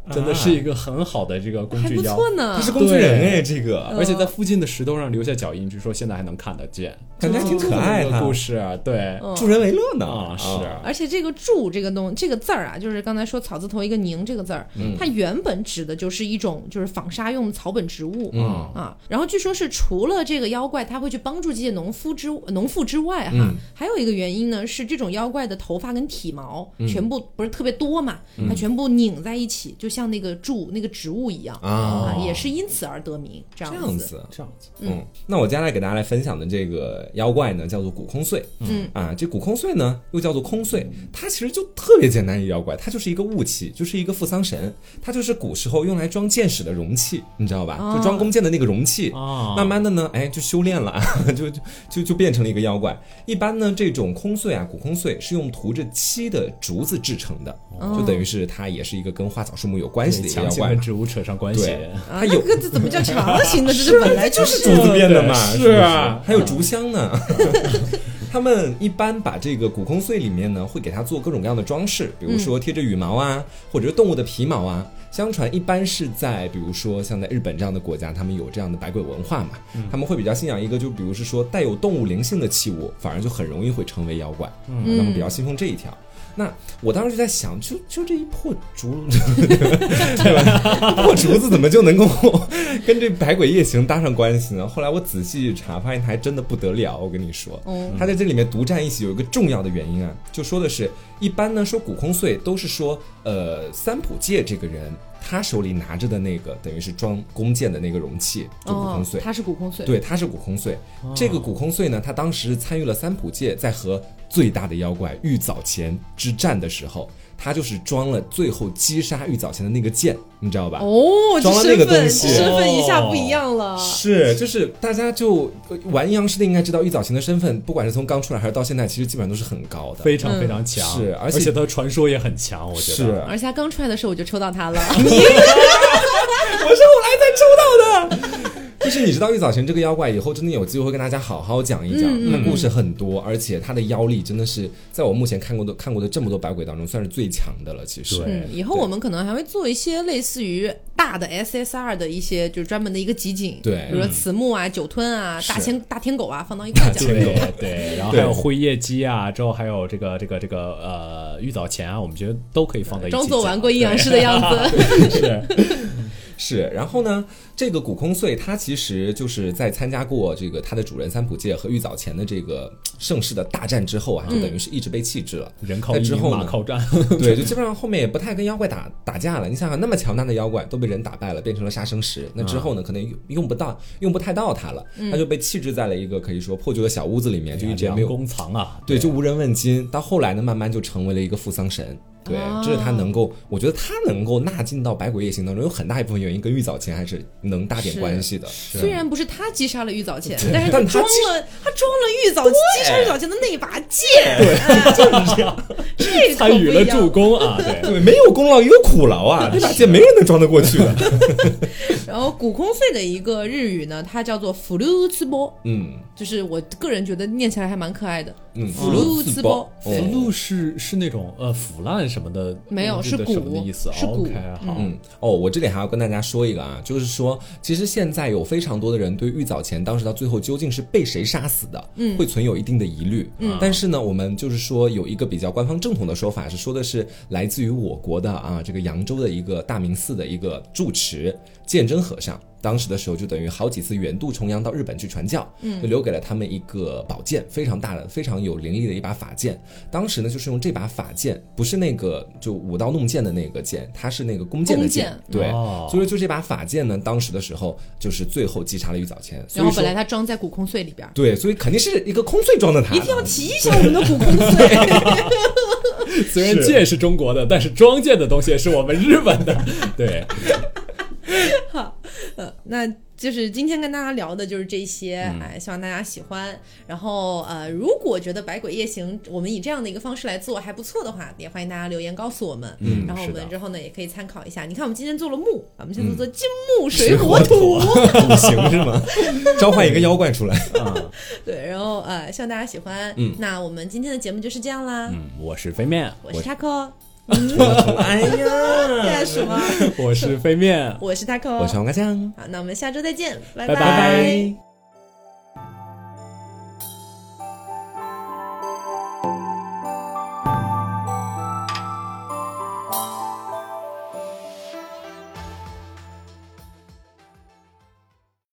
真的是一个很好的这个工具妖， 还不错呢。 他是工具人哎，这个， 而且在附近的石头上留下脚印，据说现在还能看得见， 感觉还挺可爱的故事啊，对， 助人为乐呢啊，是。 而且这个祝这个东这个字儿啊，就是刚才说草字头一个宁这个字儿，它原本指的就是一种就是纺纱用的草本植物啊。然后据说是除了这个妖怪，他会去帮助这些农夫之农妇之外哈，还有一个原因呢是这种妖怪的头发跟体毛全部不是特别多嘛，它全部拧在一起，就像那个祝那个植物一样啊，也是因此而得名这样子。 这样子，嗯，那我接下来给大家来分享的这个妖怪呢，叫做古空岁。嗯啊，这古空岁呢又叫做空岁，它其实就特别简单一个妖怪，它就是一个雾气，就是一个扶桑神，它就是古时候用来装箭矢的容器，你知道吧？哦、就装弓箭的那个容器。哦、慢慢的呢，哎，就修炼了，就就就就变成了一个妖怪。一般呢，这种空岁啊，古空岁是用涂着漆的竹子制成的，哦、就等于是它也是一个跟花草树木有关系的一个妖怪， 跟植物扯上关系。 对，它有、啊、那个怎么叫长形的？这是本来就是竹子变的嘛， 是啊， 还有竹香呢。他们一般把这个古空岁里面呢，会给它做各种各样的装饰，比如说贴着羽毛啊，或者是动物的皮毛啊。相传一般是在比如说像在日本这样的国家，他们有这样的百鬼文化嘛，嗯、他们会比较信仰一个，就比如是说带有动物灵性的器物，反而就很容易会成为妖怪，嗯，他们比较信奉这一条。那我当时就在想，就就这一破竹，对吧？破竹子怎么就能够跟这百鬼夜行搭上关系呢？后来我仔细查，发现它还真的不得了。我跟你说，嗯、它在这里面独占一席有一个重要的原因啊，就说的是，一般呢说古空岁都是说，呃，三浦介这个人。他手里拿着的那个等于是装弓箭的那个容器，就古空岁、哦、 他是古空岁， 对，他是古空岁、哦、这个古空岁呢，他当时参与了三浦介在和最大的妖怪玉藻前之战的时候，他就是装了最后击杀玉藻前的那个剑，你知道吧？ 哦， 装了那个东西， 身份一下不一样了。 是，就是大家就玩阴阳师的应该知道，玉藻前的身份，不管是从刚出来还是到现在，其实基本上都是很高的， 非常非常强。 是， 而且而且他传说也很强，我觉得。 是， 而且他刚出来的时候我就抽到他了。 我是后来才抽到的。就是你知道玉藻前这个妖怪以后真的有机会会跟大家好好讲一讲，嗯、他故事很多，而且他的妖力真的是在我目前看过的看过的这么多百鬼当中算是最强的了。其实， 嗯，以后我们可能还会做一些类似于大的 S S R 的一些，就是专门的一个集锦， 对， 比如说慈木啊、酒吞啊、大天大天狗啊，放到一块讲。 对对，然后还有灰夜姬啊，之后还有这个这个这个呃玉藻前啊，我们觉得都可以放在一起。 装作玩过阴阳师的样子。 是。是，然后呢，这个古空岁他其实就是在参加过这个他的主人三浦介和玉藻前的这个盛世的大战之后啊，就等于是一直被弃置了。 嗯、人靠一马靠战， 对，就基本上后面也不太跟妖怪打打架了。你想想，那么强大的妖怪都被人打败了，变成了杀生石，那之后呢，可能用不到，用不太到他了，他就被弃置在了一个可以说破旧的小屋子里面，就一直没有公藏啊， 对，就无人问津。到后来呢，慢慢就成为了一个扶桑神。对，这是他能够，我觉得他能够纳进到百鬼夜行当中，有很大一部分原因跟玉藻前还是能搭点关系的。 虽然不是他击杀了玉藻前，但是他装了他装了玉藻击杀玉藻前的那把剑， 对，啊、就是这样， 这参与了助攻啊，对对，没有功劳也有苦劳啊，这把剑没人能装得过去的。 然后古空岁的一个日语呢，它叫做福禄次波， 嗯， 就是我个人觉得念起来还蛮可爱的。 嗯， 福禄次波， 福禄是是那种呃腐烂什么的， 没有，是骨什么的意思？ 是骨。 OK， 好， 嗯，哦，我这里还要跟大家说一个啊，就是说，其实现在有非常多的人对玉藻前当时到最后究竟是被谁杀死的，嗯，会存有一定的疑虑。嗯，但是呢，我们就是说有一个比较官方正统的说法是说的是来自于我国的啊这个扬州的一个大明寺的一个住持鉴真和尚。当时的时候就等于好几次远渡重洋到日本去传教，嗯，就留给了他们一个宝剑，非常大的非常有灵力的一把法剑。当时呢就是用这把法剑，不是那个就舞刀弄剑的那个剑，它是那个弓箭的剑，对，哦、所以说就这把法剑呢当时的时候就是最后击杀了玉藻前， 然后本来它装在古空岁里边， 对，所以肯定是一个空岁装的它， 一定要提一下我们的古空岁。 虽然剑是中国的，但是装剑的东西是我们日本的，对。 好，呃，那就是今天跟大家聊的就是这些，嗯、哎，希望大家喜欢。然后，呃，如果觉得百鬼夜行我们以这样的一个方式来做还不错的话，也欢迎大家留言告诉我们。嗯，然后我们之后呢也可以参考一下。你看，我们今天做了木，我们现在做金木水火土， 五行是吗？召唤一个妖怪出来啊！ 对，然后呃，希望大家喜欢。嗯，那我们今天的节目就是这样啦。 嗯，我是飞面， 我是 Taco。 哎呀， 干什么？ 我是飞面， 我是 Taco， 我是黄瓜酱。 好，那我们下周再见，拜拜拜。